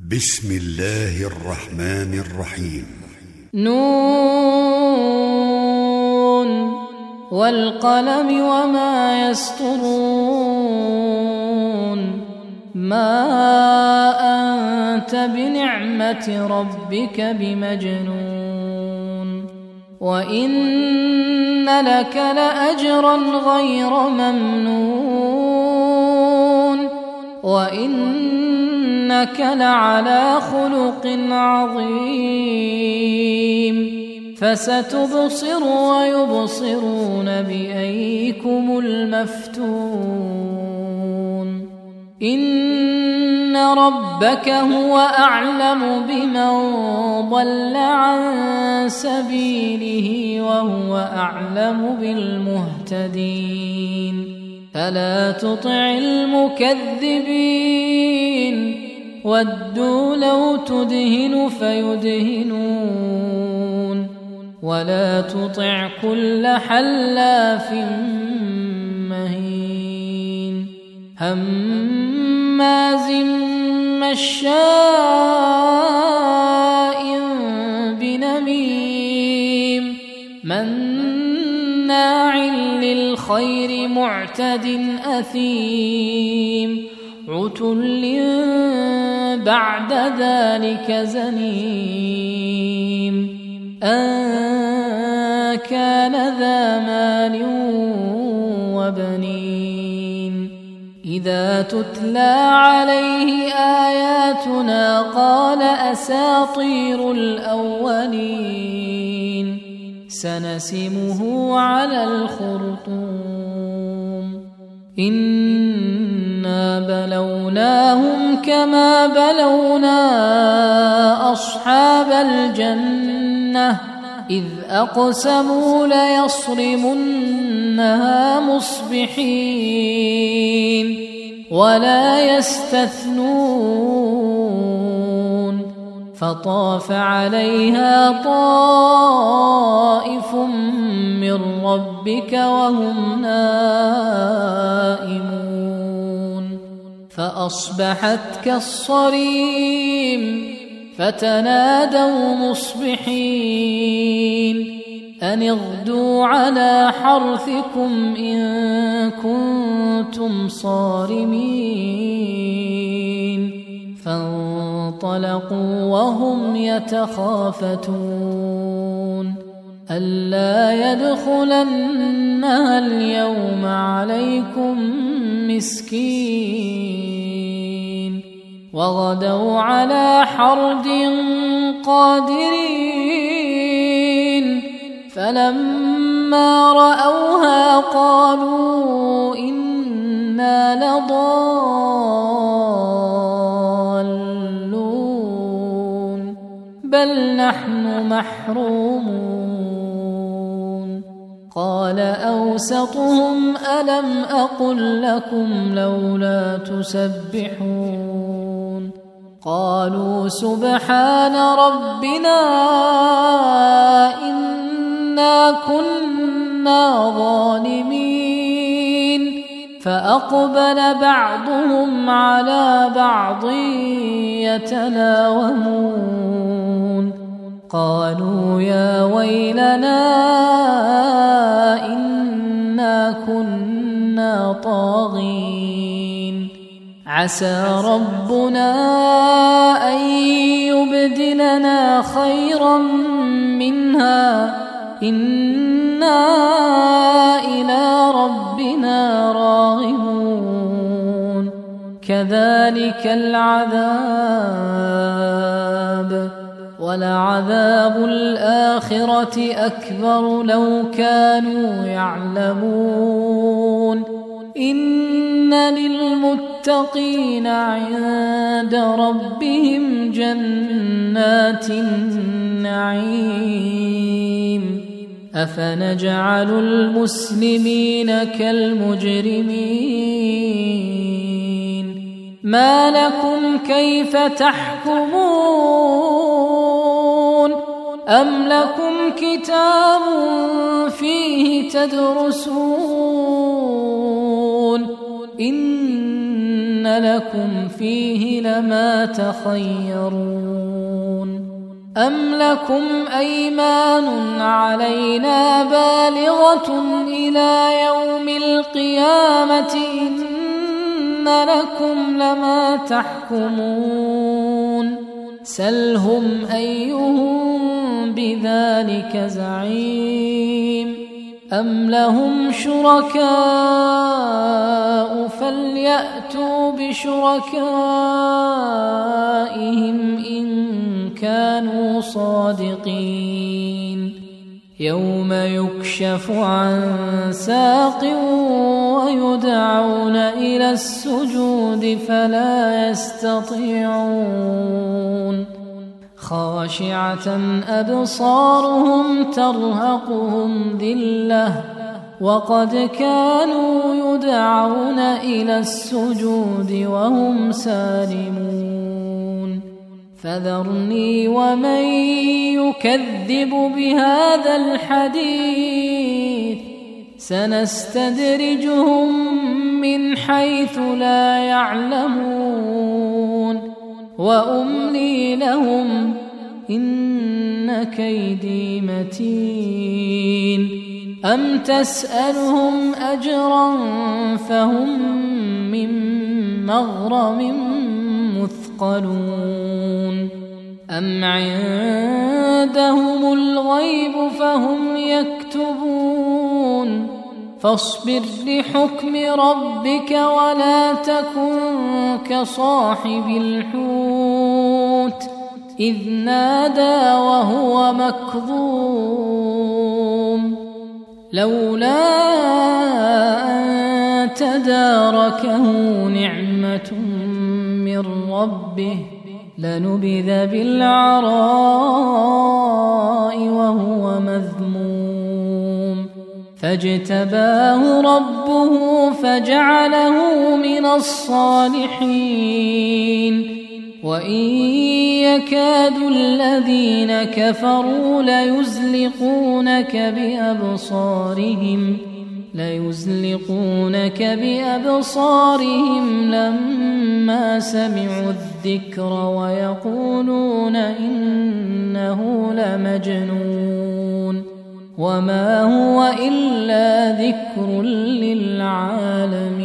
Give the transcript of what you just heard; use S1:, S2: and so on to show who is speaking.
S1: بسم الله الرحمن الرحيم.
S2: نون والقلم وما يسطرون ما أنت بنعمة ربك بمجنون وإن لك لأجرا غير ممنون وإنك لعلى خلق عظيم فستبصر ويبصرون بأيكم المفتون إن ربك هو أعلم بمن ضل عن سبيله وهو أعلم بالمهتدين فلا تطع المكذبين ودوا لو تدهن فيدهنون ولا تطع كل حلاف مهين هماز مشاء بنميم مناع للخير معتد أثيم عتل بعد ذلك زنيم أن كان ذا مال وبنين إذا تتلى عليه آياتنا قال أساطير الأولين سنسمه على الخرطوم إنا بلوناهم كما بلونا أصحاب الجنة إذ أقسموا ليصرمنها مصبحين ولا يستثنون فطاف عليها طائف من ربك وهم نائمون فأصبحت كالصريم فتنادوا مصبحين أن اغدوا على حرثكم إن كنتم صارمين فانطلقوا وهم يتخافتون ألا يدخلنها اليوم عليكم مسكين وغدوا على حرد قادرين فلما رأوها قالوا إنا لضالون بل نحن محرومون قال أوسطهم ألم أقل لكم لولا تسبحون قالوا سبحان ربنا إنا كنا ظالمين فأقبل بعضهم على بعض يتلاومون قالوا يا ويلنا إنا كنا طاغين عسى ربنا أن يبدلنا خيرا منها إنا إلى ربنا راغبون كذلك العذاب ولعذاب الآخرة أكبر لو كانوا يعلمون إن للمتقين عند ربهم جنات النعيم أفنجعل المسلمين كالمجرمين ما لكم كيف تحكمون أم لكم كتاب فيه تدرسون إن لكم فيه لما تخيرون أم لكم أيمان علينا بالغة إلى يوم القيامة إن لكم لما تحكمون سلهم أيهم بذلك زعيم أم لهم شركاء فليأتوا بشركائهم إن كانوا صادقين يوم يكشف عن ساق ويدعون إلى السجود فلا يستطيعون خاشعة أبصارهم ترهقهم ذلة وقد كانوا يدعون إلى السجود وهم سالمون فذرني ومن يكذب بهذا الحديث سنستدرجهم من حيث لا يعلمون وأملي لهم إن كيدي متين أم تسألهم أجرا فهم من مغرم مثقلون أم عندهم الغيب فهم يكتبون فاصبر لحكم ربك ولا تكن كصاحب الحوت إذ نادى وهو مكظوم لولا أن تداركه نعمة من ربه لنبذ بالعراء وهو مذموم فاجتباه ربه فجعله من الصالحين وإن يكاد الذين كفروا ليزلقونك بأبصارهم لما سمعوا الذكر ويقولون إنه لمجنون وما هو إلا ذكر للعالمين